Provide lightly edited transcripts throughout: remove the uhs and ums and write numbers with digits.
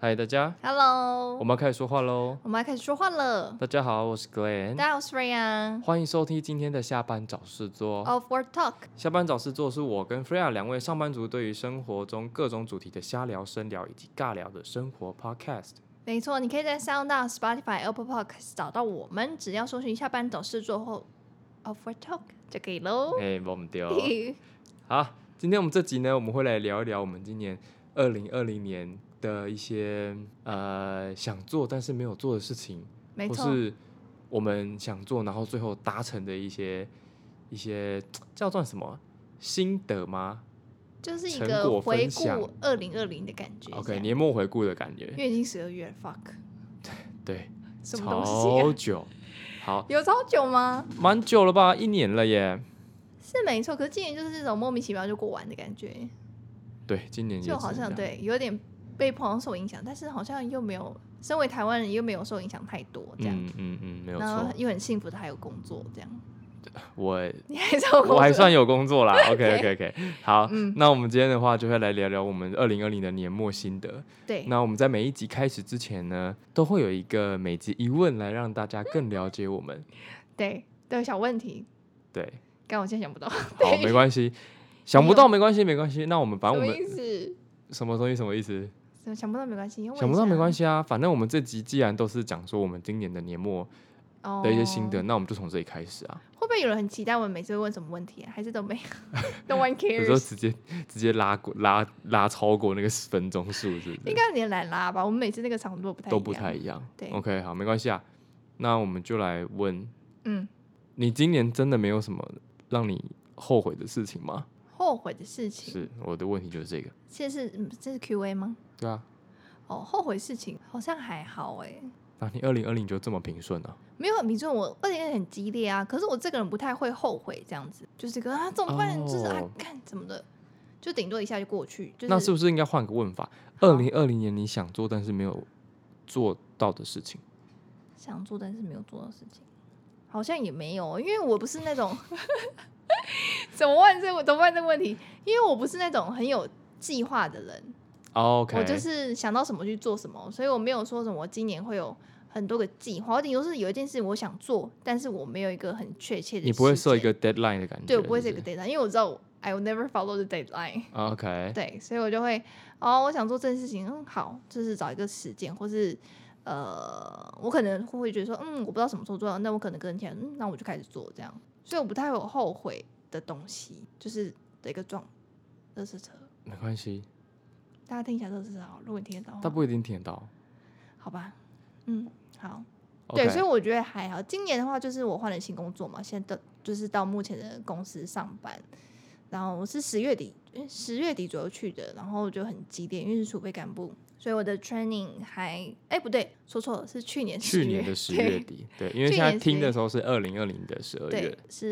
嗨，大家 Hello， 我们要开始说话喽。 我们要开始说话了。 大家好，我是 Glenn， 大家好，我是 Freya。 欢迎收听今天的下班找事做。 Of Work Talk， 下班找事做是我跟 Freya 两位上班族对于生活中各种主题的瞎聊、深聊以及尬聊的生活 Podcast。 没错，你可以在 SoundOn、Spotify、Apple Podcast 找到我们，只要搜寻下班找事做后 Of Work Talk 就可以喽。 我们丢。好，今天我们这集呢，我们会来聊一聊我们今年2020年的一些想做但是没有做的事情， 没错， 或是我们想做然后最后达成的一些叫做什么心得吗？ 就是一成果个回分享顾2020的感觉。 OK， 年末回顾的感觉因，为已经12月了 ，fuck， 对， 什么东西、 超久，好， 有超久吗？ 蛮久了吧，1年了耶。 是没错，可是今年就是这种莫名其妙就过完的感觉， 对，今年也就好像对有点被朋友受影响，但是好像又没有，身为台湾人又没有受影响太多，这样， 没有然后错。 又很幸福的还有工作，这样。你还是有工作我还算有工作啦。OK， 好， 嗯那我们今天的话就会来聊聊我们2020的年末心得。 对， 那我们在每一集开始之前呢，都会有一个每集疑问来让大家更了解我们。 对，都有小问题， 对， 但我现在想不到。 好，没关系，想不到没关系，没关系。那我们反正我们什么意思？ 什么东西什么意思？ 想不到没关系， 想不到没关系系啊，反正我们这集既然都是讲说我们今年的年末的一些心得，那我们就从这里开始啊。 会不会有人很期待我们每次会问什么问题啊？还是都没有？No one 有时候 cares。 直接拉超过那个10分钟数，是不是？ 应该你来拉吧，我们每次那个长度都不太一样。 对 OK， 好，没关系啊。那我们就来问， 嗯， 你今年真的没有什么让你后悔的事情吗？ 后悔的事情是，我的问题就是这个。 这是 Q&A 吗？ 对啊， 哦，后悔事情好像还好哎， 那你2020就这么平顺啊？ 没有很明确。我2020很激烈啊，可是我这个人不太会后悔这样子，就是跟怎么办，就是干什么的，就顶多一下就过去。就是、 那是不是应该换个问法？2020年你想做但是没有做到的事情？ 想做但是没有做到的事情，好像也没有，因为我不是那种怎么问这个问题？因为我不是那种很有计划的人。 OK， 我就是想到什么去做什么，所以我没有说什么我今年会有很多个计划。我顶多是有一件事我想做，但是我没有一个很确切的时间。 你不会设一个 deadline 的感觉？ 对，我不会设一个 deadline，因为我知道I will never follow the deadline。 OK， 对，所以我就会我想做这件事情，好，就是找一个时间，或是我可能会觉得说，我不知道什么时候做到，那我可能跟前，那我就开始做这样。所以我不太会有后悔的东西，就是的一个垃圾车。 没关系， 大家听一下垃圾车好，如果你听得到， 他不一定听得到。 好吧，好。 Okay， 对，所以我觉得还好。今年的话，就是我换了新工作嘛，现在就是到目前的公司上班。然后我是10月底左右去的，然后就很激烈，因为是储备干部，所以我的 training 不对，说错了，是去年10月的10月底，对，因为现在听的时候是2020的12月， 对，是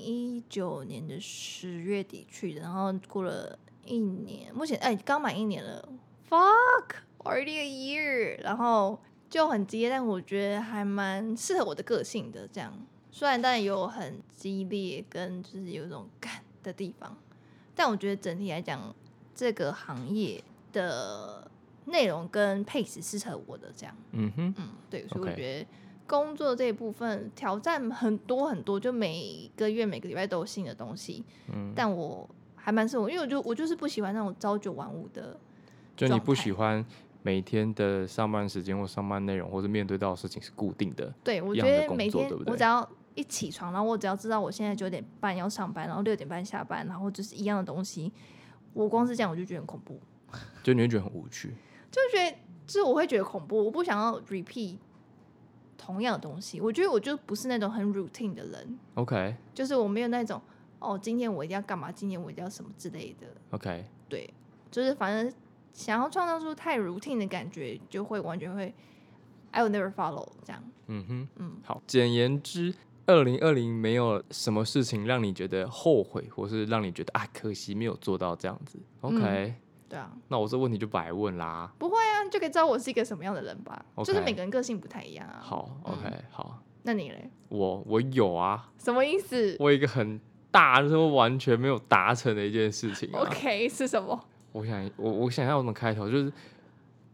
2019年的10月底去的，然后过了1年，目前刚满1年了 ，fuck already a year， 然后就很激烈，但我觉得还蛮适合我的个性的，这样，虽然当然有很激烈跟就是有一种干的地方，但我觉得整体来讲，这个行业的内容跟配置是适合我的这样。对，所以我觉得工作这一部分挑战很多很多，就每个月每个礼拜都有新的东西。但我还蛮适合，因为我就是不喜欢那种朝9晚5的， 就你不喜欢每天的上班时间或上班内容，或者面对到的事情是固定的。 对，我觉得每天对不对？ 我只要一起床，然后我只要知道我现在9点半要上班，然后6点半下班，然后就是一样的东西，我光是这样我就觉得很恐怖， 就你会觉得很无趣， 就是我会觉得恐怖，我不想要 repeat 同样的东西。我觉得我就不是那种很 routine 的人 OK， 就是我没有那种今天我一定要干嘛，今天我一定要什么之类的。 OK， 对，就是反正想要创造出太 routine 的感觉，就会完全会 I will never follow 这样。 好，简言之，2020没有什么事情让你觉得后悔，或是让你觉得可惜没有做到这样子。OK， 对啊， 那我这问题就白问啦。 不会啊，就可以知道我是一个什么样的人吧。 Okay， 就是每个人个性不太一样啊。 好 ，OK，好。 那你嘞？ 我有啊。 什么意思？ 我有一个很大，就是完全没有达成的一件事情啊。 OK， 是什么？ 我想一下我怎么开头，就是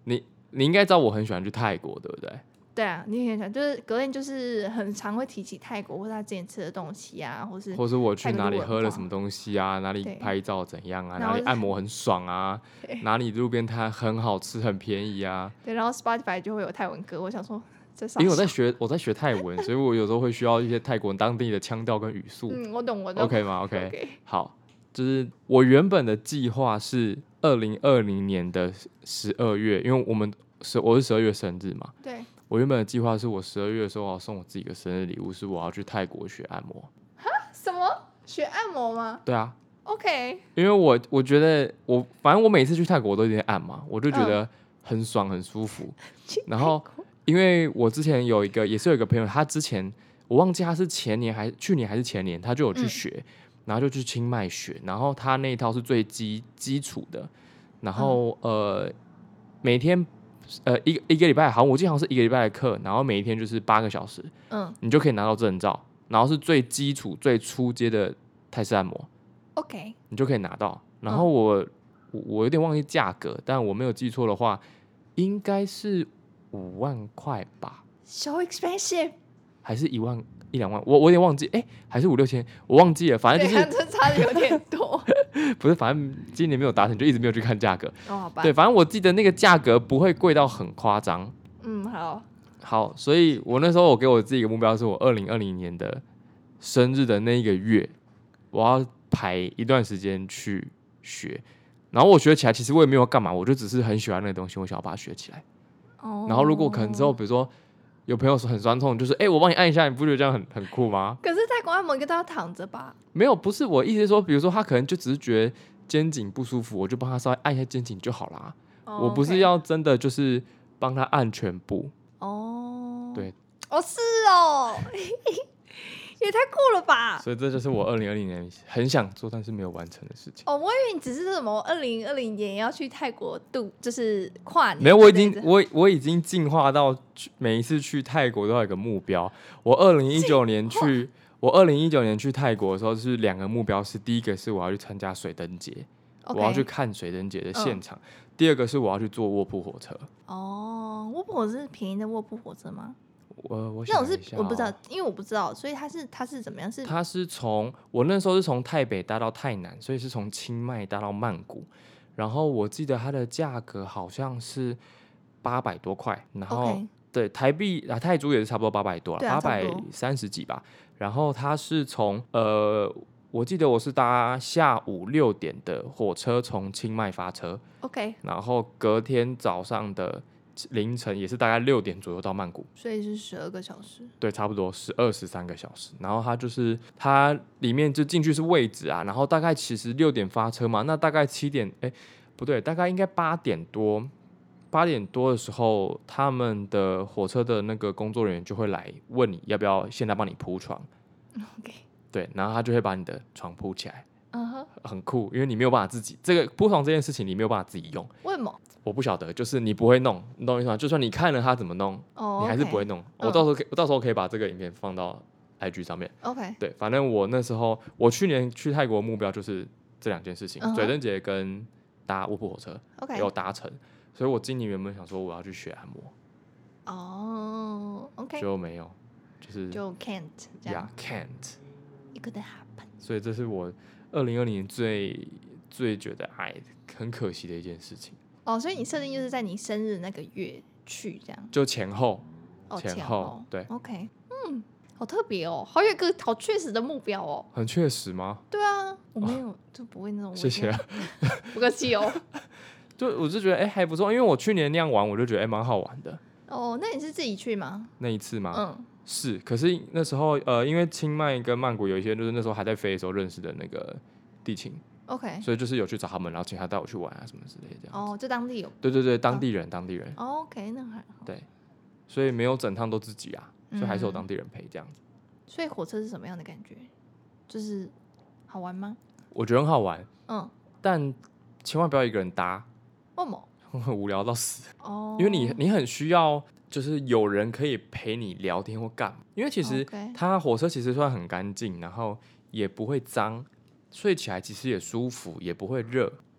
你应该知道我很喜欢去泰国，对不对？ 对啊，你很想就是隔天就是很常会提起泰国或他之前吃的东西啊， 或是我去哪里喝了什么， 么东西啊，哪里对拍照怎样啊， 然后哪里按摩很爽啊，哪里路边摊很好吃很便宜啊。 对，然后 Spotify 就会有泰文歌，我想说这因为我在学泰文，所以我有时候会需要一些泰国当地的腔调跟语速。 我懂 OK 吗 ？OK， 好，就是我原本的计划是2020年的12月，因为我是12月生日嘛。 对。 我原本的计划是我12月的时候要送我自己一个生日礼物，是我要去泰国学按摩。 什么？学按摩吗？ 对啊。 OK。 因为我觉得反正我每次去泰国我都有点按嘛，我就觉得很爽很舒服。然后因为我之前也是有一个朋友，他之前我忘记他是去年还是前年，他就有去学，然后就去清迈学，然后他那一套是最基础的，然后每天一个礼拜，好像我记得好像是1个礼拜的课，然后每一天就是8个小时，你就可以拿到证照，然后是最基础最初阶的泰式按摩 ，OK， 你就可以拿到。然后我有点忘记价格，但我没有记错的话，应该是5万块吧 ，so expensive， 还是1两万，我有点忘记，还是5、6千，我忘记了，反正就是这差的有点多。 不是，反正今年没有达成，就一直没有去看价格。 好吧。 对，反正我记得那个价格不会贵到很夸张。好，所以我那时候我给我自己一个目标，是我2020年的生日的那一个月，我要排一段时间去学。然后我学起来，其实我也没有干嘛，我就只是很喜欢那个东西，我想要把它学起来。然后如果可能之后，比如说有朋友说很酸痛，就是我帮你按一下，你不觉得这样很酷吗？ 可是泰国按摩应该都要躺着吧？ 没有，不是我意思是说，比如说他可能就只是觉得肩颈不舒服，我就帮他稍微按一下肩颈就好啦。我不是要真的就是帮他按全部。对。 是哦。也太酷了吧！ 所以这就是我2020年很想做但是没有完成的事情。 我以为你只是什么2020年要去泰国就是跨年。 没有，我已经进化到每一次去泰国都有一个目标。我2019年去泰国的时候是2个目标，是第一个是我要去参加水灯节，我要去看水灯节的现场。第二个是我要去坐卧铺火车。 卧铺火车是便宜的卧铺火车吗？ 我那种是我不知道，因为我不知道，所以它是怎么样？ 它是我那时候是从台北搭到泰南，所以是从清迈搭到曼谷。然后我记得它的价格好像是800多块，然后对台币泰铢也是差不多800多了，830几吧。然后它是从我记得我是搭下午6点的火车从清迈发车，OK， 然后隔天早上的凌晨也是大概6点左右到曼谷， 所以是12个小时。对， 差不多13个小时。然后它里面就进去是位置啊，然后大概其实6点发车嘛，那大概7点不对，大概应该8点多的时候，他们的火车的那个工作人员就会来问你要不要现在帮你铺床。 OK， 对，然后他就会把你的床铺起来。很酷，因为你没有办法自己这个铺床这件事情，你没有办法自己用。 为什么？ 我不晓得，就是你不会弄，你懂我意思吗？就算你看了他怎么弄，你还是不会弄。我到时候可以把这个影片放到 IG 上面。 OK， 对，反正我去年去泰国的目标就是这2件事情，水灯节跟搭卧铺火车有达成，所以我今年原本想说我要去学按摩。 OK， 就没有， 就 can't 这样。 can't。It couldn't happen。 所以这是我2020年最觉得很可惜的一件事情。 所以你设定就是在你生日那个月去这样， 就前后。对。 OK， 好特别哦，好有一个好确实的目标哦。 很确实吗？ 对啊，我没有就不会那种。 谢谢。 不客气哦。 就我就觉得还不错，因为我去年那样玩，我就觉得蛮好玩的。 那你是自己去吗？ 那一次吗？是。可是那时候因为清迈跟曼谷有一些就是那时候还在飞的时候认识的那个地勤。 OK， 所以就是有去找他们，然后请他带我去玩啊什么之类的这样子。 就当地有。 对，当地人。 OK， 那还好。 对，所以没有整趟都自己啊，所以还是有当地人陪这样子。 所以火车是什么样的感觉？就是好玩吗？ 我觉得很好玩。但千万不要一个人搭。 为什么？ 很无聊到死。因为你很需要，就是有人可以陪你聊天或干嘛。因为其实它火车其实算很干净，然后也不会脏。睡起来其实也舒服，也不会热。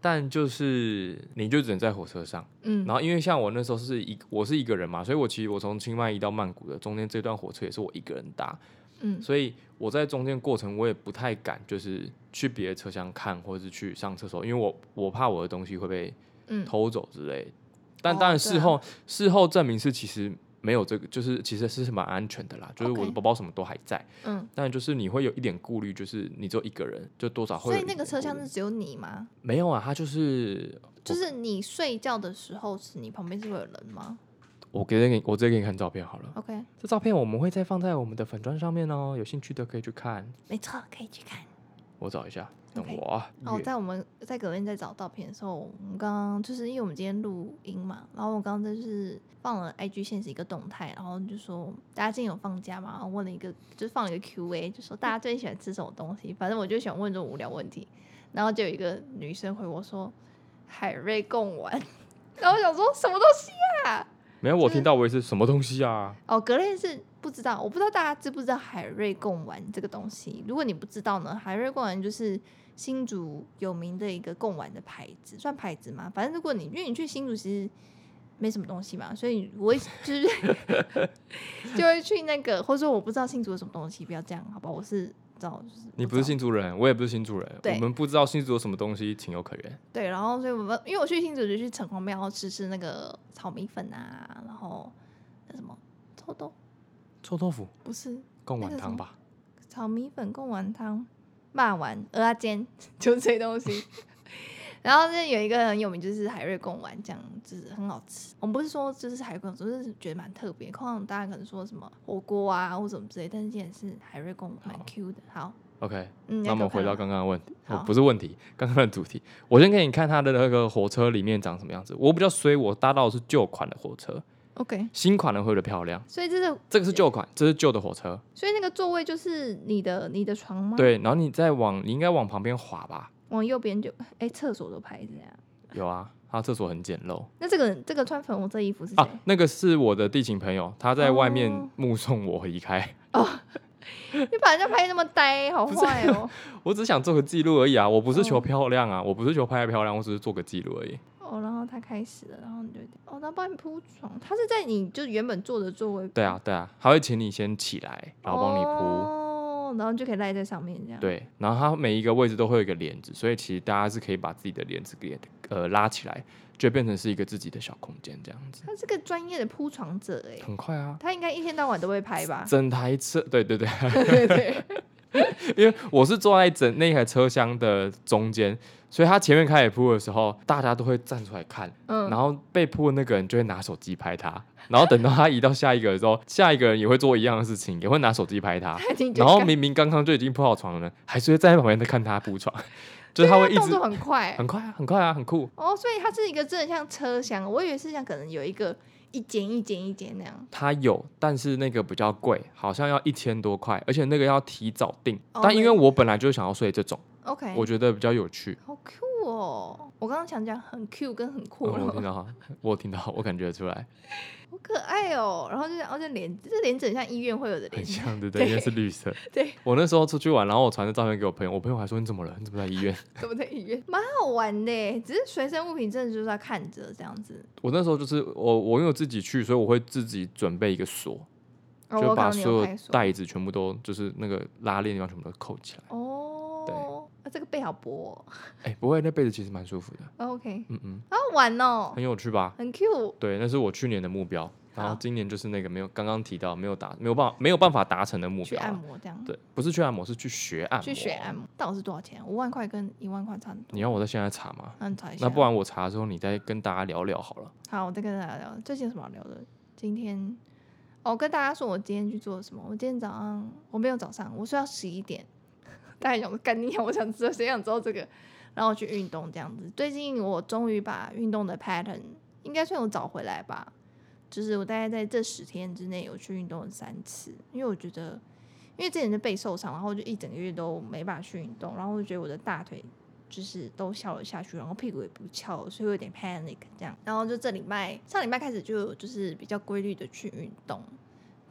但就是你就只能在火车上，然后因为像我那时候我是一个人嘛，所以我从清迈移到曼谷的中间这段火车也是我一个人搭，所以我在中间过程我也不太敢就是去别的车厢看或者是去上厕所，因为我怕我的东西会被偷走之类的。但当然事后证明是其实没有这个，就是其实是蛮安全的啦，就是我的包包什么都还在。但就是你会有一点顾虑，就是你只有一个人，就多少会有一点顾虑。 所以那个车厢是只有你吗？ 没有啊，它就是你睡觉的时候，是你旁边是会有人吗？ 我直接给你看照片好了。 OK， 这照片我们会再放在我们的粉专上面哦，有兴趣的可以去看。 没错，可以去看。 我找一下，等我啊。 在我们在隔天在找照片的时候，我们刚刚就是因为我们今天录音嘛，然后我刚刚就是放了 IG 限时一个动态，然后就说大家今天有放假吗？然后问了一个，就是放了一个 QA， 就说大家最近喜欢吃什么东西？反正我就喜欢问这种无聊问题，然后就有一个女生回我说海瑞贡丸，然后我想说什么东西啊？ 没有，我听到我也是什么东西啊？ 格类是不知道，我不知道大家知不知道海瑞贡丸这个东西。如果你不知道呢，海瑞贡丸就是新竹有名的一个贡丸的牌子，算牌子吗？反正如果因为你去新竹其实没什么东西嘛，所以我就是就会去那个，或者说我不知道新竹有什么东西，不要这样，好吧？我是知道，就是你不是新竹人，我也不是新竹人，我们不知道新竹有什么东西，情有可原。 对，然后所以因为我去新竹就去城隍庙吃那个炒米粉啊，然后那什么臭豆腐不是贡丸汤吧？ 炒米粉、贡丸汤、肉丸、蚵仔煎，就这些东西。然后这有一个很有名，就是海瑞贡丸，这样就是很好吃。我们不是说就是海瑞贡，只是觉得蛮特别。通常大家可能说什么火锅啊或什么之类，但是竟然是海瑞贡，蛮 Q 的。好 ，OK，那我们回到刚刚的问题，不是问题，刚刚的主题。我先给你看它的那个火车里面长什么样子。我比较衰，我搭到的是旧款的火车。 OK， 新款的会比较漂亮， 所以这个是旧款，这是旧的火车， 所以那个座位就是你的床吗？ 对，然后你应该往旁边滑吧， 往右边就厕所的牌子呀。 有啊，他厕所很简陋。 那这个穿粉红色衣服是谁？ 那个是我的地勤朋友，他在外面目送我离开。 你把人家拍那么呆，好坏哦！ 我只想做个记录而已啊，我不是求漂亮啊，我不是求拍得漂亮，我只是做个记录而已。 然后他开始了，然后你就他帮你铺床，他是在你就原本坐的座位。 对啊，他会请你先起来，然后帮你铺， 然后就可以赖在上面这样。 对，然后它每一个位置都会有一个帘子，所以其实大家是可以把自己的帘子给拉起来，就变成是一个自己的小空间这样子。 他是个专业的铺床者很快啊， 他应该一天到晚都会拍吧？ 整台车，对对因为我是坐在那台车厢的中间，所以他前面开始铺的时候，大家都会站出来看，然后被铺的那个人就会拿手机拍他，然后等到他移到下一个的时候，下一个人也会做一样的事情，也会拿手机拍他，然后明明刚刚就已经铺好床了，还是会站在旁边在看他铺床，就是他会一直动作很快， 很快啊，很快啊，很酷。 所以它是一个真的像车厢，我以为是像可能有一个一间一间一间那样。 它有，但是那个比较贵，好像要1000多块，而且那个要提早订。但因为我本来就想要睡这种 ，OK， 我觉得比较有趣。 好酷哦！我刚刚想讲很 Q 跟很酷， 我听到，我感觉出来， 好可爱哦。然后这帘子很像医院会有的帘子， 很像，对不对？因为是绿色。 对， 我那时候出去玩，然后我传的照片给我朋友，我朋友还说你怎么了？你怎么在医院？ 怎么在医院？蛮好玩的，只是随身物品真的就是要看着这样子。 我那时候就是我因为我自己去，所以我会自己准备一个锁，就把所有袋子全部都就是那个拉链地方全部都扣起来。对。 这个背好薄不会，那被子其实蛮舒服的。 OK， 好好玩哦， 很有趣吧？ 很 Q。 对，那是我去年的目标，然后今年就是那个刚刚提到没有办法达成的目标。 去按摩这样？ 对，不是去按摩，是去学按摩。 去学按摩，到底是多少钱？5万块跟1万块差不多。 你要我在现在查吗？ 查一下。 那不然我查的时候，你再跟大家聊聊好了。 好，我再跟大家聊。最近有什么好聊的？今天跟大家说我今天去做了什么。我今天早上我没有早上，我睡到11点。大家想说干你，我想知道谁想知道这个，然后我去运动这样子。最近我终于把运动的 pattern 应该算有找回来吧，就是我大概在这10天之内有去运动了3次，因为我觉得因为之前就背受伤，然后就一整个月都没办法去运动，然后我就觉得我的大腿就是都消了下去，然后屁股也不翘，所以有点 panic 这样。然后就上礼拜开始就是比较规律的去运动。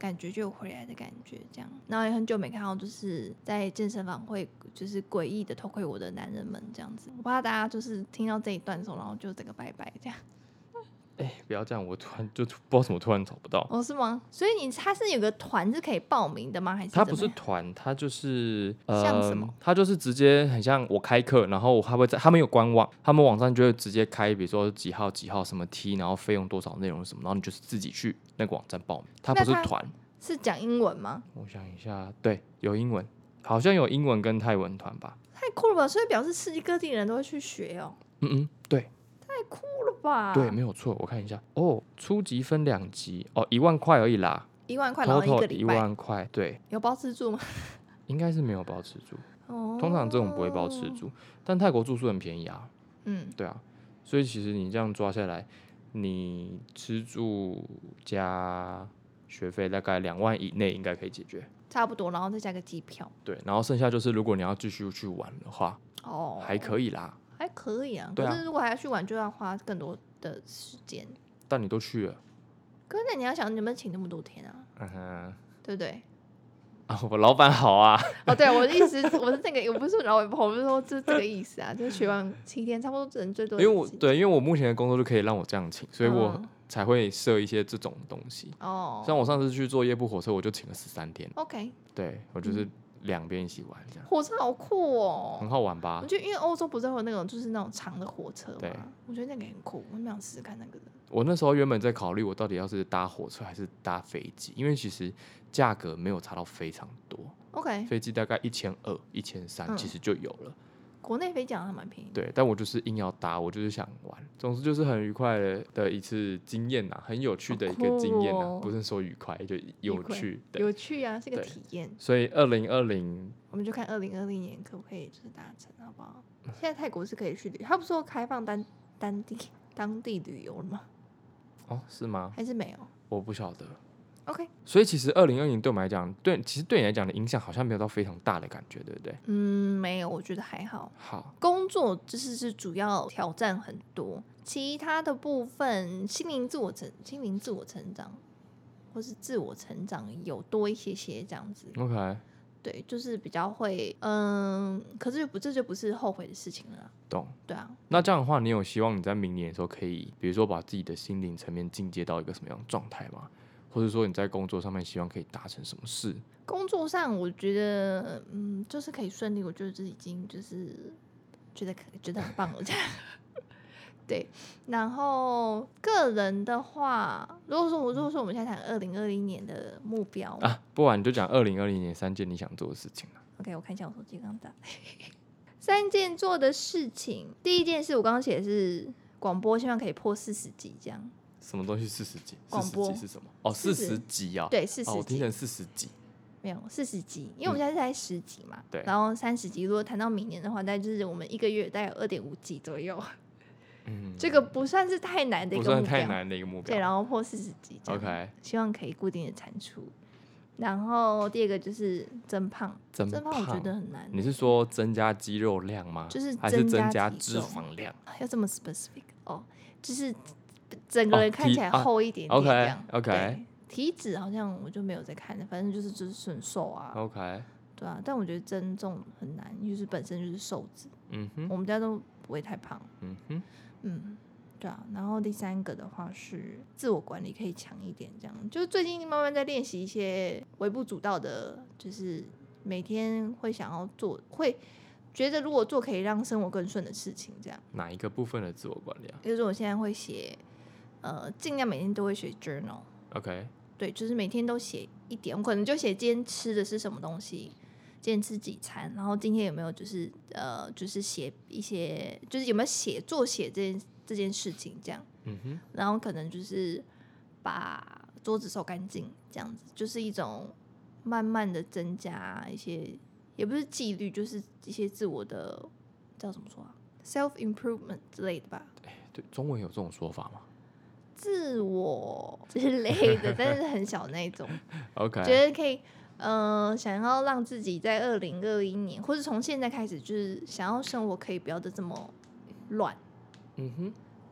感觉就有回来的感觉这样。然后也很久没看到就是在健身房会就是诡异的偷窥我的男人们这样子，我怕大家就是听到这一段的时候，然后就整个拜拜这样。 不要这样，我突然就不知道怎么突然找不到。 哦，是吗？所以他是有个团是可以报名的吗？还是它不是团，它就是像什么？ 它就是直接很像我开课，然后他会在他们有官网，他们网站就会直接开，比如说几号几号什么 T， 然后费用多少，内容什么，然后你就是自己去那个网站报名，它不是团。 是讲英文吗？ 我想一下，对，有英文，好像有英文跟泰文团吧。 太酷了吧！所以表示世界各地人都会去学哦。 对。 太酷了吧！ 对，没有错。我看一下哦，初级分2级哦，1万块而已啦。 1万块，然后一个礼拜 1万块，对。 有包吃住吗？ 应该是没有包吃住。 哦， 通常这种不会包吃住，但泰国住宿很便宜啊。对啊，所以其实你这样抓下来，你吃住加学费大概2万以内应该可以解决。 差不多，然后再加个机票。 对，然后剩下就是如果你要继续去玩的话，还可以啦。 还可以啊， 对啊， 可是如果还要去玩，就要花更多的时间。 但你都去了， 可是你要想，你有没有请那么多天啊？对不对？ 我老板好啊。 哦，对，我的意思，我是那个，我不是说老板不好，我不是说这个意思啊，就是学完7天，差不多只能最多。 因为我目前的工作就可以让我这样请，所以我才会设一些这种东西。像我上次去坐夜部火车，我就请了13天。 OK， 对，我就是2边一起玩这样。 火车好酷哦， 很好玩吧？ 我觉得因为欧洲不是会有那种就是那种长的火车对， 我觉得那个很酷，我很想试试看那个的。 我那时候原本在考虑，我到底要是搭火车还是搭飞机，因为其实价格没有差到非常多。 OK， 飞机大概1200、1300，其实就有了。 国内飞机好像蛮便宜。 对，但我就是硬要搭，我就是想玩。总之就是很愉快的一次经验呐，很有趣的一个经验呐，不是说愉快，就有趣。 有趣啊，是个体验。 所以2020， 我们就看2020年可不可以就是达成，好不好？现在泰国是可以去旅，他不是说开放当地旅游了吗？ 哦，是吗？ 还是没有？ 我不晓得。 OK， 所以其实2020对我们来讲，其实对你来讲的影响好像没有到非常大的感觉，对不对？ 没有，我觉得还好。 好， 工作是主要挑战很多，其他的部分心灵自我成长，或是自我成长有多一些这样子。 OK， 对，就是比较会，可是这就不是后悔的事情了。 懂。 对啊。 那这样的话，你有希望你在明年的时候可以，比如说把自己的心灵层面进阶到一个什么样的状态吗？或者说你在工作上面希望可以达成什么事？ 工作上我觉得，就是可以顺利，我觉得这已经就是觉得很棒了这样。对，然后个人的话，如果说我们现在谈2020年的目标啊，不然你就讲2020年3件你想做的事情啊。 OK， 我看一下我手机刚打。3件做的事情，第一件事我刚刚写的是广播，希望可以破40集这样。 什么东西40集？ 广播 40集是什么？哦，40集啊。 对，40集。 我听成40集。 没有40集，因为我们现在是在10集嘛。 对。 然后30集，如果谈到明年的话，大概就是我们1个月大概有2.5集左右。这个不算是太难的一个目标。 不算太难的一个目标。 对，然后破40集。 OK。 希望可以固定的产出。然后第二个就是增胖。增胖我觉得很难。 你是说增加肌肉量吗？ 就是还是增加脂肪量？ 要这么 specific 哦，就是整个人看起来厚一点点这样。 OK。 体脂好像我就没有在看的，反正就是很瘦啊。 OK。 对啊，但我觉得增重很难，就是本身就是瘦子。我们家都不会太胖。对啊。然后第3个的话是自我管理可以强一点，这样就是最近慢慢在练习一些微不足道的，就是每天会想要做，会觉得如果做可以让生活更顺的事情，这样。 哪一个部分的自我管理啊？ 就是我现在会写，尽量每天都会写 journal。 OK。 对，就是每天都写一点，我可能就写今天吃的是什么东西，今天吃几餐，然后今天有没有就是写一些，就是有没有写这件事情这样。然后可能就是把桌子收干净，这样子就是一种慢慢的增加一些，也不是纪律，就是一些自我的叫怎么说啊 ，self improvement 之类的吧。 对，中文有这种说法吗？ 自我之类的，但是很小那种。 OK， 觉得可以，想要让自己在2021年，或者从现在开始，就是想要生活可以不要的这么乱。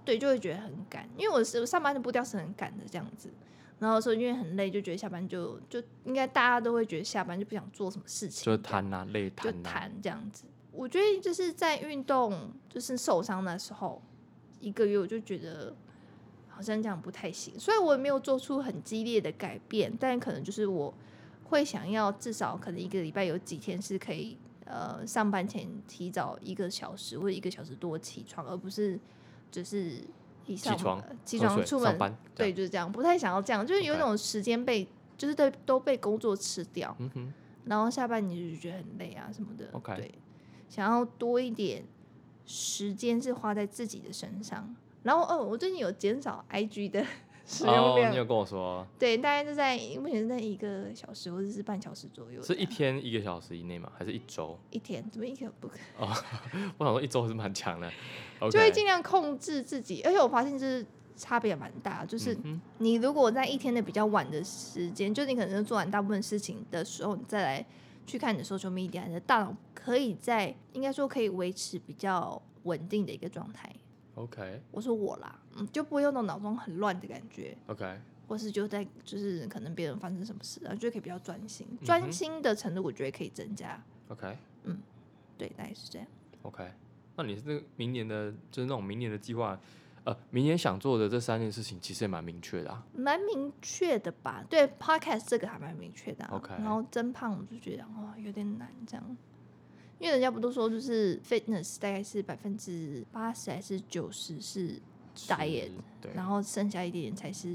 对，就会觉得很赶，因为我上班的步调是很赶的这样子。然后说因为很累，就觉得下班就应该大家都会觉得下班就不想做什么事情， 就是瘫啊，累瘫啊， 就瘫这样子。我觉得就是在运动就是受伤的时候1个月，我就觉得好像这样不太行。虽然我也没有做出很激烈的改变，但可能就是我会想要至少可能1个礼拜有几天是可以上班前提早1个小时或者1个小时多起床，而不是就是起床出门，对，就是这样，不太想要这样，就是有一种时间被就是都被工作吃掉，然后下班你就觉得很累啊什么的，对，想要多一点时间是花在自己的身上。然后我最近有减少 IG 的使用量， 你有跟我说， 对，大概就在目前是在1个小时或者是半小时左右， 是1天1个小时以内吗？还是1周 ？1天，怎么1个不可能？ 我想说1周是蛮强的， 就会尽量控制自己，而且我发现就是差别蛮大，就是你如果在1天的比较晚的时间，就你可能做完大部分事情的时候，你再来去看你的 social media， 你的大脑可以应该说可以维持比较稳定的一个状态。 OK， 我说我啦，就不会有那种脑中很乱的感觉。 OK， 或是就是可能别人发生什么事，然后就可以比较专心，专心的程度我觉得可以增加。 OK， 对，大概是这样。 OK， 那你是明年的，就是那种明年的计划，明年想做的这3件事情，其实也蛮明确的啊。 蛮明确的吧？对 ，Podcast 这个还蛮明确的、啊。 OK， 然后增胖我就觉得有点难这样。因为人家不都说就是 fitness 大概是80%还是90%是 diet， 然后剩下一点点才是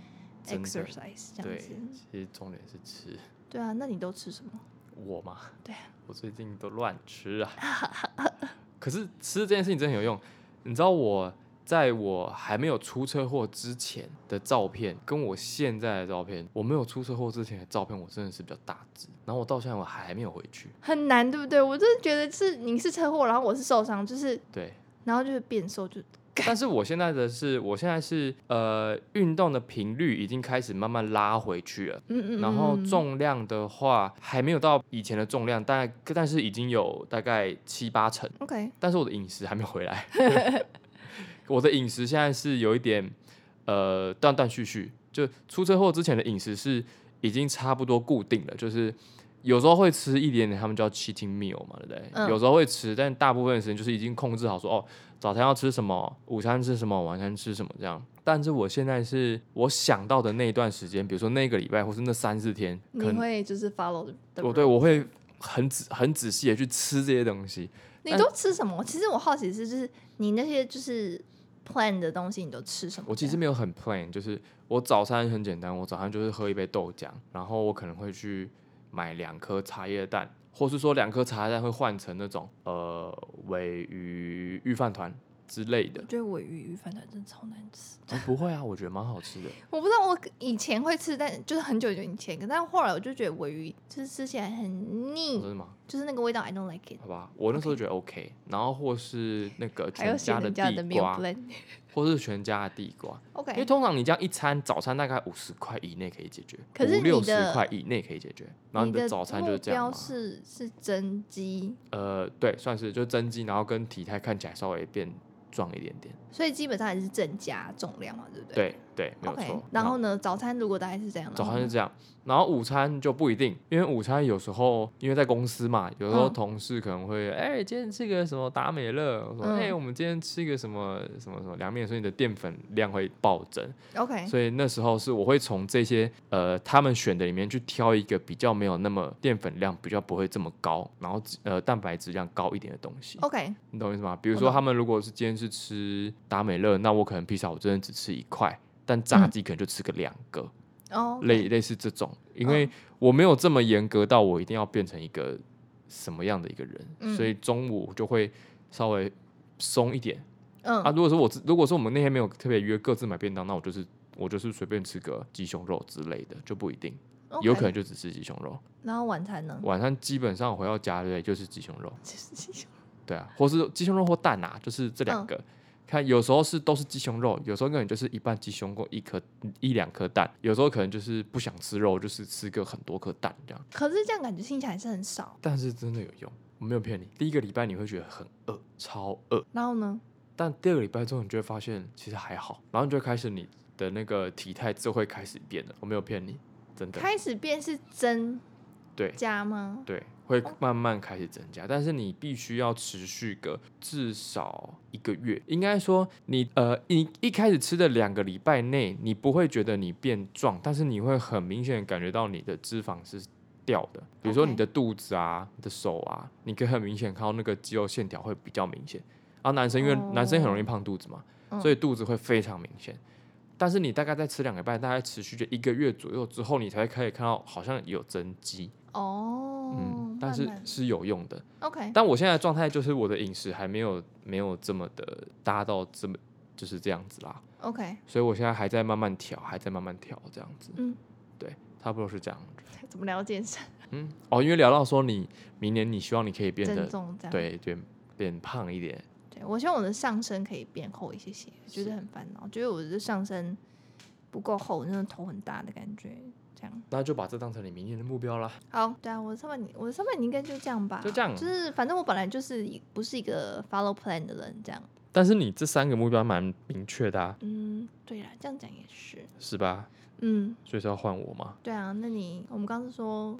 exercise 这样子。 对，其实重点是吃。 对啊，那你都吃什么？ 我嘛， 对啊， 我最近都乱吃啊。可是吃这件事情真的很有用。你知道在我还没有出车祸之前的照片，跟我现在的照片，我没有出车祸之前的照片，我真的是比较大只。然后我到现在我还没有回去， 很难，对不对？我真的觉得你是车祸，然后我是受伤，就是对， 然后就是变瘦就。 但是我现在是运动的频率已经开始慢慢拉回去了，然后重量的话还没有到以前的重量，但是已经有大概7、8成。 OK， 但是我的饮食还没有回来，我的饮食现在是有一点断断续续，就出车祸之前的饮食是已经差不多固定了，就是有时候会吃一点点，他们叫 cheating meal 嘛，对不对？有时候会吃，但大部分的时间就是已经控制好说早餐要吃什么，午餐吃什么，晚餐吃什么这样。但是我现在是我想到的那一段时间，比如说那个礼拜或是那3、4天， 你会就是 follow 我会很仔细的去吃这些东西。 你都吃什么？其实我好奇是就是你那些就是 plan 的东西，你都吃什么？ 我其实没有很 plan， 就是我早餐很简单，我早上就是喝一杯豆浆，然后我可能会去买2颗茶叶蛋，或是说2颗茶叶蛋会换成那种鲔鱼御饭团之类的。 我觉得鲔鱼御饭团真的超难吃。 不会啊，我觉得蛮好吃的。 我不知道，我以前会吃，但就是很久以前，但后来我就觉得鲔鱼就是吃起来很腻。 真的吗？ 就是那个味道 I don't like it。 好吧，我那时候觉得 OK， 然后或是那个全家的地瓜，或是全家的地瓜。 OK， 因为通常你这样一餐早餐大概50块以内可以解决， 可是 50、60块以内可以解决。然后你的早餐就是这样吗？ 目标是增肌。 对，算是就是增肌，然后跟体态看起来稍微变壮一点点。 所以基本上还是增加重量嘛，对不对？ 对，没有错。 Okay，然后呢，早餐如果大概是这样的， 早餐是这样，然后午餐就不一定，因为午餐有时候因为在公司嘛，有时候同事可能会今天吃个什么达美乐，我说我们今天吃一个什么凉面，所以你的淀粉量会暴增。 OK， 所以那时候是我会从这些他们选的里面去挑一个比较没有那么淀粉量比较不会这么高，然后蛋白质量高一点的东西。 OK， 你懂我意思吗？比如说他们如果是今天是吃达美乐，那我可能披萨我真的只吃1块。但炸鸡可能就吃个2个，类似这种，因为我没有这么严格到我一定要变成一个什么样的一个人，所以中午就会稍微松一点。如果说我们那天没有特别约各自买便当，那我就是随便吃个鸡胸肉之类的，就不一定，有可能就只吃鸡胸肉。 然后晚餐呢？ 晚餐基本上我回到家对就是鸡胸肉，对啊，或是鸡胸肉或蛋啊，就是这2个。看，有时候都是鸡胸肉，有时候可能就是一半鸡胸肉1、2颗蛋，有时候可能就是不想吃肉，就是吃个很多颗蛋这样。 可是这样感觉听起来是很少， 但是真的有用，我没有骗你。第1个礼拜你会觉得很饿，超饿。 然后呢？ 但第2个礼拜之后，你就会发现其实还好，然后你就会开始你的那个体态就会开始变了。我没有骗你，真的。 开始变是增对加吗？ 对，会慢慢开始增加，但是你必须要持续个至少1个月。应该说你一开始吃的2个礼拜内，你不会觉得你变壮，但是你会很明显感觉到你的脂肪是掉的。比如说你的肚子啊、你的手啊，你可以很明显看到那个肌肉线条会比较明显。然后男生因为男生很容易胖肚子嘛，所以肚子会非常明显。但是你大概再吃2个礼拜，大概持续就1个月左右之后，你才会可以看到好像有增肌。但是是有用的。 OK， 但我现在的状态就是我的饮食还没有这么的搭到这么就是这样子啦。 OK， 所以我现在还在慢慢调这样子。对，差不多是这样子。 怎么聊健身？ 因为聊到说你明年你希望你可以变得增重这样， 对，变胖一点。 对，我希望我的上身可以变厚一些，觉得很烦恼，觉得我的上身不够厚，那种头很大的感觉。 那就把这当成你明年的目标啦。 好，对啊，我的上半年应该就这样吧， 就这样， 就是反正我本来就是不是一个 follow plan 的人，这样。 但是你这3个目标蛮明确的啊。 对啦，这样讲也是。 是吧？所以是要换我吗？ 对啊，那我们刚刚是说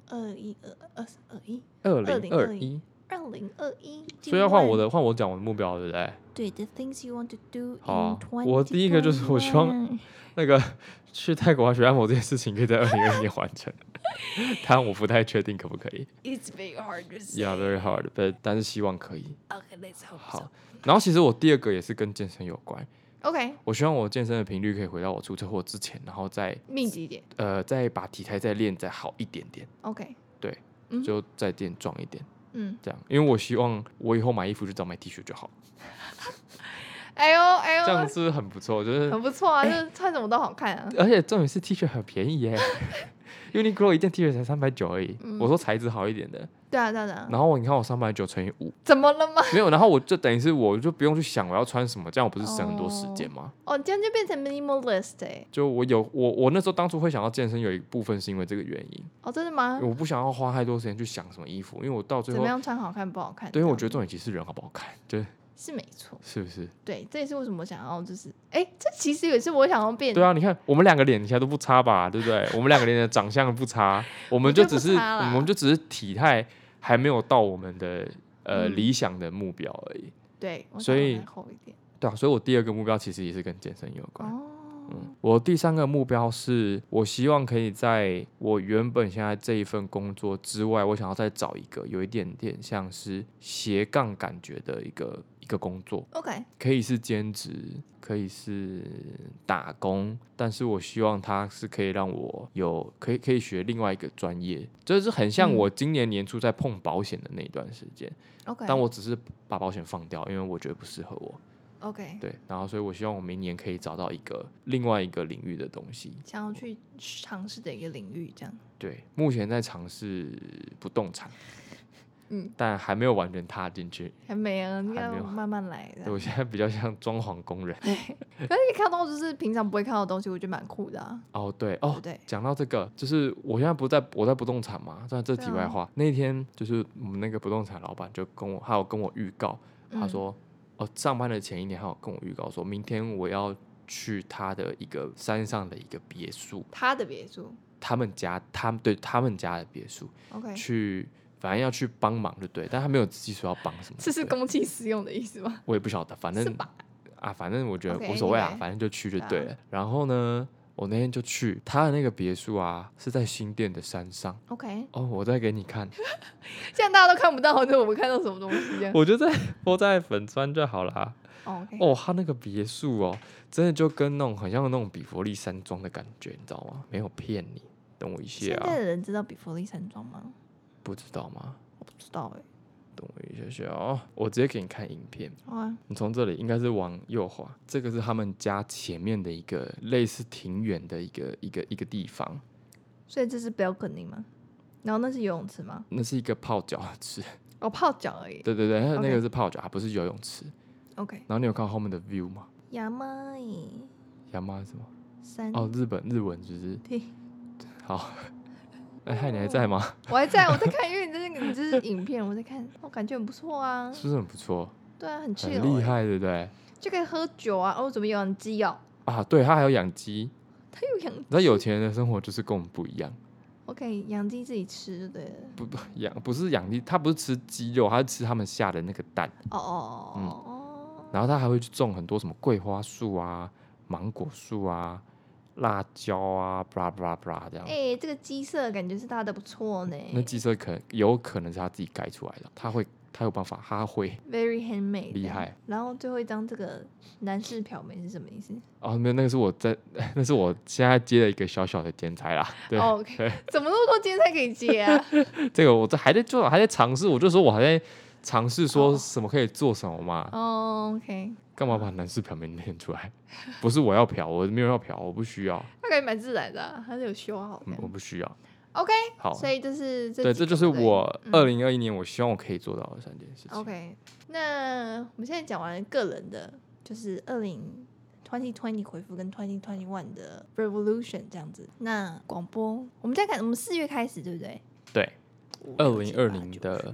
2021，所以要换我讲我的目标，对不对？ 对 ，the things you want to do 好 in 2021。 我第一个就是我希望那个去泰国学按摩这件事情可以在2022年完成，但我不太确定可不可以。 It's very hard to say. Yeah, very hard, but 但是希望可以。 Okay, let's hope so. 好，然后其实我第2个也是跟健身有关。 OK， 我希望我健身的频率可以回到我出车祸之前，然后再密集一点。 再把体态再练再好一点点。 OK， 对，就再练壮一点。这样，因为我希望我以后买衣服就只要买 T 恤就好。 哎呦， 这样是不是很不错？就是很不错啊，就是穿什么都好看啊。 而且重点是 T 恤很便宜耶，Uniqlo 一件 T 恤才390而已。我说材质好一点的。 对啊。 然后你看我390乘以5， 怎么了吗？ 没有，然后我就等于是我就不用去想我要穿什么，这样我不是省很多时间吗？ 这样就变成 minimalist 哎。 就我那时候当初会想要健身，有一部分是因为这个原因。 真的吗？ 我不想要花太多时间去想什么衣服，因为我到最后怎么样穿好看不好看？ 对，因为我觉得重点其实是人好不好看， 是没错， 是不是？ 对，这也是为什么我想要，就是这其实也是我想要变。 对啊，你看我们2个脸现在都不差吧，对不对？我们2个脸的长相不差，我们就只是体态还没有到我们的理想的目标而已。 对， 所以厚一点。 对啊，所以我第2个目标其实也是跟健身有关。我第3个目标是我希望可以在我原本现在这一份工作之外，我想要再找一个有一点点像是斜杠感觉的一个工作。 OK， 可以是兼职，可以是打工，但是我希望它是可以让我可以学另外一个专业，就是很像我今年年初在碰保险的那一段时间。 OK， 但我只是把保险放掉，因为我觉得不适合我。 OK， 对，然后所以我希望我明年可以找到另外一个领域的东西， 想要去尝试的一个领域，这样。 对，目前在尝试不动产，但还没有完全踏进去， 还没啊，应该慢慢来的。 对，我现在比较像装潢工人。 可是你看到就是平常不会看到的东西，我觉得蛮酷的啊。 对， 对， 讲到这个，就是我现在我在不动产嘛，这题外话。那天就是我们那个不动产老板就他有跟我预告，他说。上班的前1年，他有跟我预告说，明天我要去他的一个山上的一个别墅， 他的别墅， 他们家的别墅 ，OK， 去，反正要去帮忙，就对，但他没有仔细说要帮什么， 这是公器私用的意思吗？ 我也不晓得，反正反正我觉得无所谓啊，反正就去就对了。然后呢，我那天就去他的那个别墅啊，是在新店的山上。 OK， 我再给你看， 这样大家都看不到，那我们看到什么东西？ 我就播在粉专就好了。 OK， 他那个别墅真的就跟那种很像那种比佛利山庄的感觉，你知道吗？没有骗你，等我一下。 现在的人知道比佛利山庄吗？ 不知道吗？ 我不知道等我一下我直接给你看影片。 好啊， 你从这里应该是往右滑，这个是他们家前面的一个类似庭园的一个地方。 所以这是 balcony 吗？然后那是游泳池吗？ 那是一个泡脚池。 泡脚而已。 对，那个是泡脚，它不是游泳池。 OK。 然后你有看后面的 view 吗？ 亚妈是什么？ 山。 日文是不是？ 对。 好。嗨，你还在吗？ 我还在，我在看，因为你这是影片，我在看，感觉很不错啊。 是不是很不错？ 对啊，很 chill， 很厉害，对不对？ 就可以喝酒啊。哦，怎么有养鸡哦？ 啊，对他还有养鸡， 他有养鸡。 那有钱人的生活就是跟我们不一样。 OK， 养鸡自己吃对了。 不是养鸡，他不是吃鸡肉，他是吃他们下的那个蛋。然后他还会去种很多什么桂花树啊、芒果树啊、辣椒啊，blah blah blah 这样。 这个鸡舍感觉是搭的不错呢。 那鸡舍有可能是他自己盖出来的，他有办法，他会 very handmade 厉害。 然后最后一张这个男士漂眉是什么意思？ 哦，没有，那是我现在接了一个小小的兼差啦。对、 OK， 怎么那么多兼差可以接啊？ 这个我还在尝试，我就说我还在尝试说什么可以做什么嘛。 OK。 干嘛把男士漂眉念出来？不是我要漂，我没有要漂，我不需要。 他感觉蛮自然的，他是有修好的。 我不需要。 OK， 好， 所以这就是我2021年我希望我可以做到的3件事情。 OK， 那我们现在讲完个人的，就是2020回复跟2021的 Revolution 这样子。那广播，我们4月开始，对不对？ 对，2020的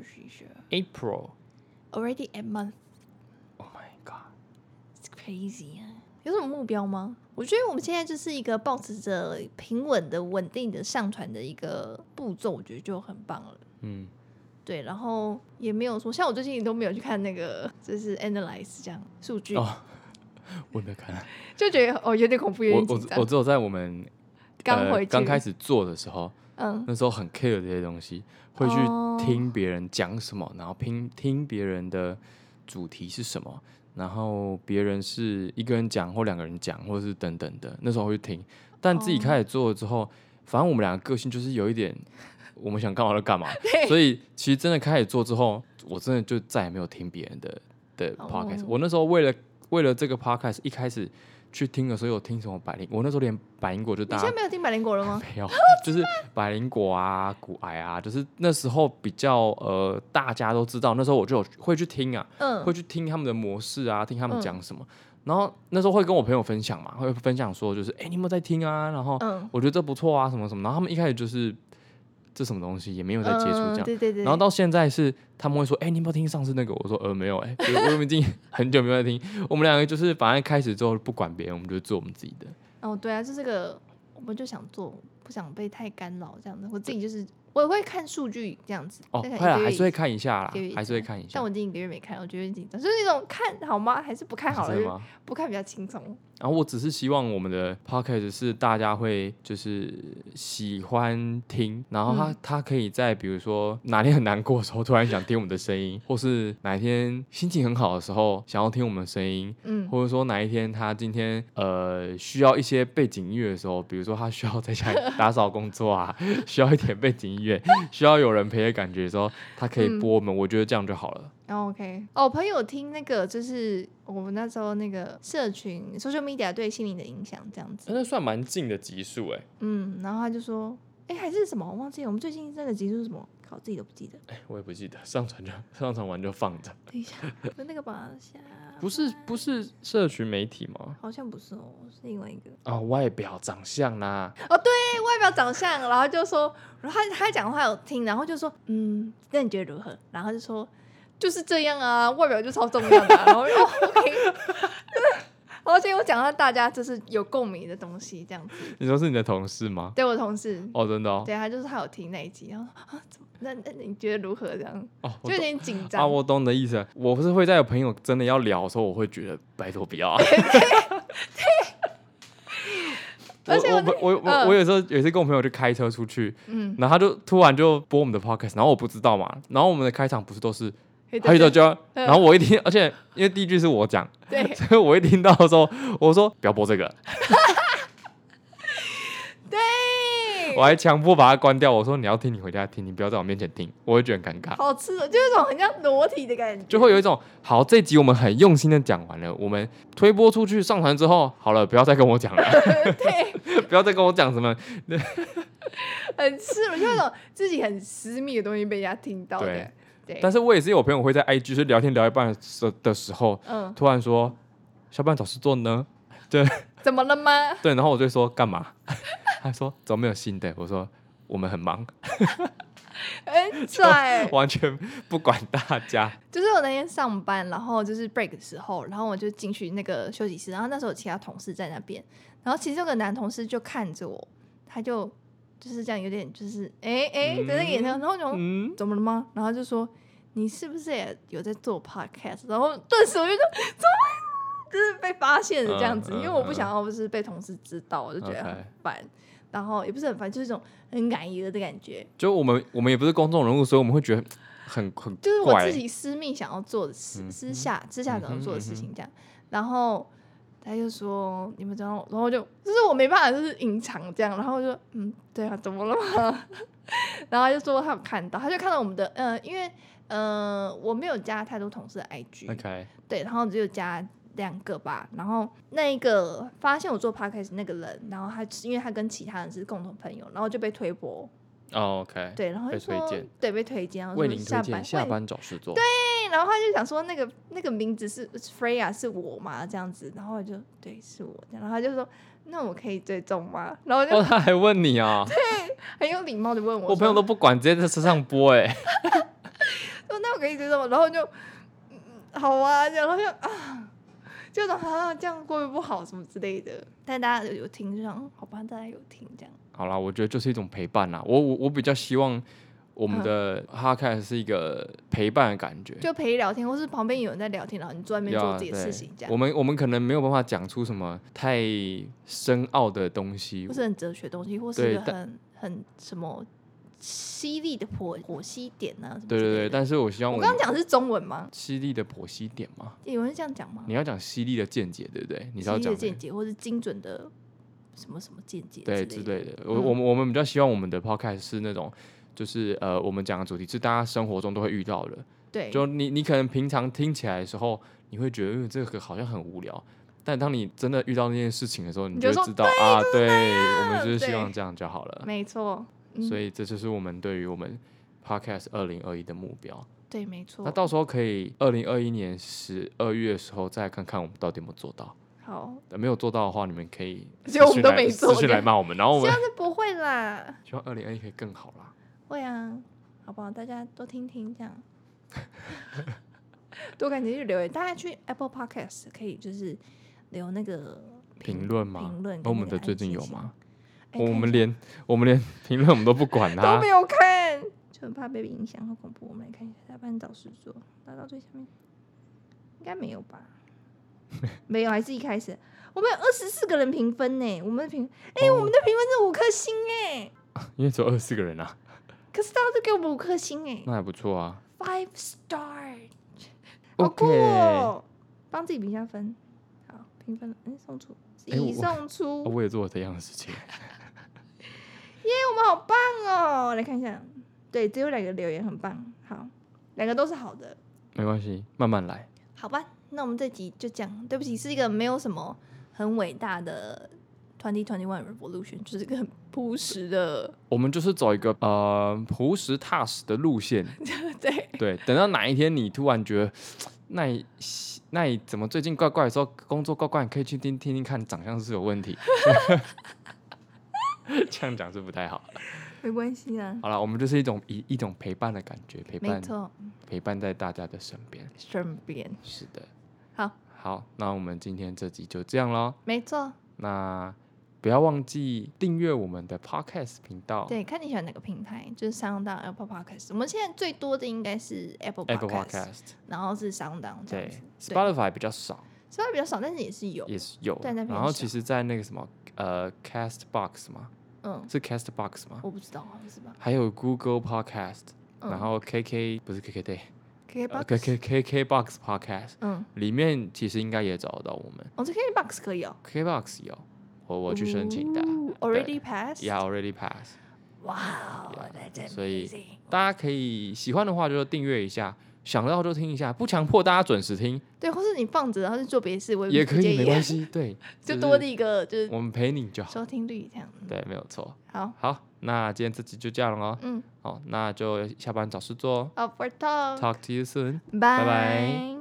April。Already a month. Oh my god, it's crazy 啊！有什么目标吗？我觉得我们现在就是一个保持着平稳的、稳定的上传的一个步骤，我觉得就很棒了。对，然后也没有说，像我最近都没有去看那个，就是 analyze 这样数据。 我也没有看， 就觉得有点恐怖，有点紧张。 我只有在我们刚开始做的时候，那时候很 care 这些东西，会去听别人讲什么，然后听别人的主题是什么。然后别人是一个人讲或2个人讲，或者是等等的，那时候会去听。但自己开始做了之后，反正我们2个个性就是有一点，我们想干嘛就干嘛。所以其实真的开始做之后，我真的就再也没有听别人的 podcast。我那时候为了这个 podcast， 一开始去听的时候有听什么我那时候连百灵果就你现在没有听百灵果了吗？ 没有，就是百灵果啊、骨癌啊，就是那时候比较大家都知道，那时候我就会去听啊，会去听他们的模式啊，听他们讲什么。然后那时候会跟我朋友分享嘛，会分享说就是你有没有在听啊？然后我觉得这不错啊，什么什么。然后他们一开始就是这什么东西也没有在接触这样， 对。 然后到现在是他们会说，你有没有听上次那个？我说没有，我们已经很久没有在听。我们2个就是反正开始之后不管别人，我们就做我们自己的。 对啊，就这个我们就想做，不想被太干扰这样子。我自己就是我也会看数据这样子。 还是会看一下啦，还是会看一下。 但我已经1个月没看，我觉得很紧张，就是那种看好吗？还是不看好了？不看比较轻松。 然后我只是希望我们的 podcast 是大家会就是喜欢听，然后他可以在比如说哪天很难过的时候突然想听我们的声音，或是哪一天心情很好的时候想要听我们的声音，或者说哪一天他今天需要一些背景音乐的时候，比如说他需要在家里打扫工作啊，需要一点背景音乐，需要有人陪的感觉的时候，他可以播我们，我觉得这样就好了。 OK， 我朋友听那个就是我们那时候那个社群 social media 对心灵的影响这样子， 那算蛮近的集数然后他就说，还是什么我忘记了，我们最近那个集数是什么？靠，自己都不记得。 我也不记得，上传完就放着。 等一下，那个把下不是社群媒体吗？ 好像不是是另外一个外表长相啦。 对，外表长相，然后就说，然后他讲话有听，然后就说，那你觉得如何？然后就说。就是这样啊，外表就超重要的然后OK， 而且我讲到大家就是有共鸣的东西这样子。 你说是你的同事吗？ 对，我同事。 真的对，他有听那一集，然后那你觉得如何这样？就有点紧张我懂你的意思。我不是会在有朋友真的要聊的时候，我会觉得拜托不要。而且我有时候跟我朋友去开车出去，然后他就突然就播我们的 podcast， 然后我不知道嘛，然后我们的开场不是都是黑的家，然后我一听，而且因为第一句是我讲， 对， 所以我一听到的时候，我说不要播这个， 对， 我还强迫把它关掉。我说你要听你回家听，你不要在我面前听，我会觉得很尴尬。 好吃的，就有一种很像裸体的感觉， 就会有一种好，这集我们很用心的讲完了，我们推播出去上传之后，好了，不要再跟我讲了，对，不要再跟我讲什么。 很赤裸，就有一种自己很私密的东西被人家听到的。 对，但是我也是有朋友会在 IG 就是聊天聊一半的时候，突然说下班找事做呢，对， 怎么了吗？ 对，然后我就说干嘛？他说怎么没有新的？我说我们很忙。 很拽， 完全不管大家。 就是我那天上班，然后就是 break 的时候，然后我就进去那个休息室，然后那时候有其他同事在那边，然后其中有个男同事就看着我，他就是这样有点就是的那个眼神，然后我就说怎么了吗？然后他就说你是不是也有在做 podcast？ 然后顿时我就说怎么就是被发现了这样子，因为我不想要就是被同事知道，我就觉得很烦。然后也不是很烦，就是一种很感疑的感觉。 就我们也不是公众人物，所以我们会觉得很怪， 就是我自己私密想要做的事，私下想要做的事情这样。然后他就说你们知道，然后就是我没办法就是隐藏这样，然后就对啊，怎么了嘛？然后他就说他有看到，他就看到我们的因为我没有加太多同事的 IG， 对，然后只有加2个吧，然后那一个发现我做 podcast 那个人，然后因为他跟其他人是共同朋友，然后就被推播。 OK， 对，然后就说被推荐， 对，被推荐， 为您推荐下班找事做。 对，然后他就想说那个名字是 Freya 是我嘛这样子，然后我就对是我这样，然后他就说那我可以追踪吗？然后他还问你啊？ 对，很有礼貌的问我， 我朋友都不管，直接在车上播说那我可以追踪吗？然后就好啊，然后就这样会不会不好什么之类的，但大家有听就想好吧，大家有听这样。 好啦，我觉得就是一种陪伴啦。我比较希望我们的 podcast 是一个陪伴的感觉， 就陪聊天，或是旁边有人在聊天，然后你坐在那边做自己的事情，这样。 我们可能没有办法讲出什么太深奥的东西， 或是很哲学的东西，或是一个很什么犀利的剖析点啊什么之类的。 对，但是我希望我刚刚讲的是中文吗？ 犀利的剖析点吗？ 有人这样讲吗？ 你要讲犀利的见解，对不对？你是要讲犀利的见解，或是精准的什么什么见解对之类的。我们比较希望我们的 podcast 是那种，就是我们讲的主题是大家生活中都会遇到的。 对， 就你可能平常听起来的时候，你会觉得这个好像很无聊，但当你真的遇到那件事情的时候，你就会知道啊，对，我们就是希望这样就好了。 没错。 所以这就是我们对于我们 podcast 2021的目标。 对，没错。 那到时候可以2021年12月的时候再看看我们到底有没有做到。 好， 没有做到的话，你们可以我们都没做， 私讯来骂我们，然后我们希望是不会啦。 希望2021可以更好啦。 会啊，好不好？大家多听听这样，多感觉去留言。大家去 Apple Podcast 可以就是留那个评论吗？ 评论。 我们的最近有吗？我们连评论我们都不管它， 都没有看，就很怕被影响，好恐怖。我们来看一下，下班找事做，打到最下面，应该没有吧？没有，还是一开始我们有24个人评分呢。我们的评分是5颗星哎， 因为只有24个人啊。 可是大家都给我们5颗星哎， 那还不错啊。 5 star， 好酷哦！帮自己评一下分，好，评分送出，已送出。 我也做了这样的事情。 耶，我们好棒哦！来看一下，对，只有2个留言很棒，好，2个都是好的， 没关系，慢慢来。 好吧，那我们这集就这样。对不起，是一个没有什么很伟大的2021 Revolution， 就是一个很朴实的。 我们就是走一个朴实踏实的路线。 对， 等到哪一天你突然觉得，那你怎么最近怪怪的时候，工作怪怪，你可以去听听看，长相是有问题。这样讲是不太好， 没关系啊。 好了，我们就是一种陪伴的感觉， 没错， 陪伴在大家的身边。是的。好，那我们今天这集就这样咯。 没错。 那不要忘记订阅我们的 Podcast 频道。 对，看你喜欢哪个平台，就是 SoundOn Apple Podcast。我们现在最多的应该是 Apple Podcast， 然后是 SoundOn 这样子。 对 ，Spotify 比较少。 Spotify 比较少，但是也是有。 然后其实，在那个什么Castbox 嘛，是 Castbox 吗？ 我不知道，好像是吧。 还有 Google Podcast，然后 不是 KK 对。KKBOX Podcast，里面其实应该也找得到我们。 这 KKBOX 可以哦。 KKBOX 有，我去申请的。 Already passed？ Yeah, already passed。 哇， 所以大家可以喜欢的话就订阅一下，想到就听一下，不强迫大家准时听。 对，或是你放着然后去做别的事，我也可以，没关系。对， 就多的一个就是我们陪你就好， 收听率这样。 对，没有错。 好， 那今天这集就这样了好，那就下班找事做。 For talk to you soon， 拜拜。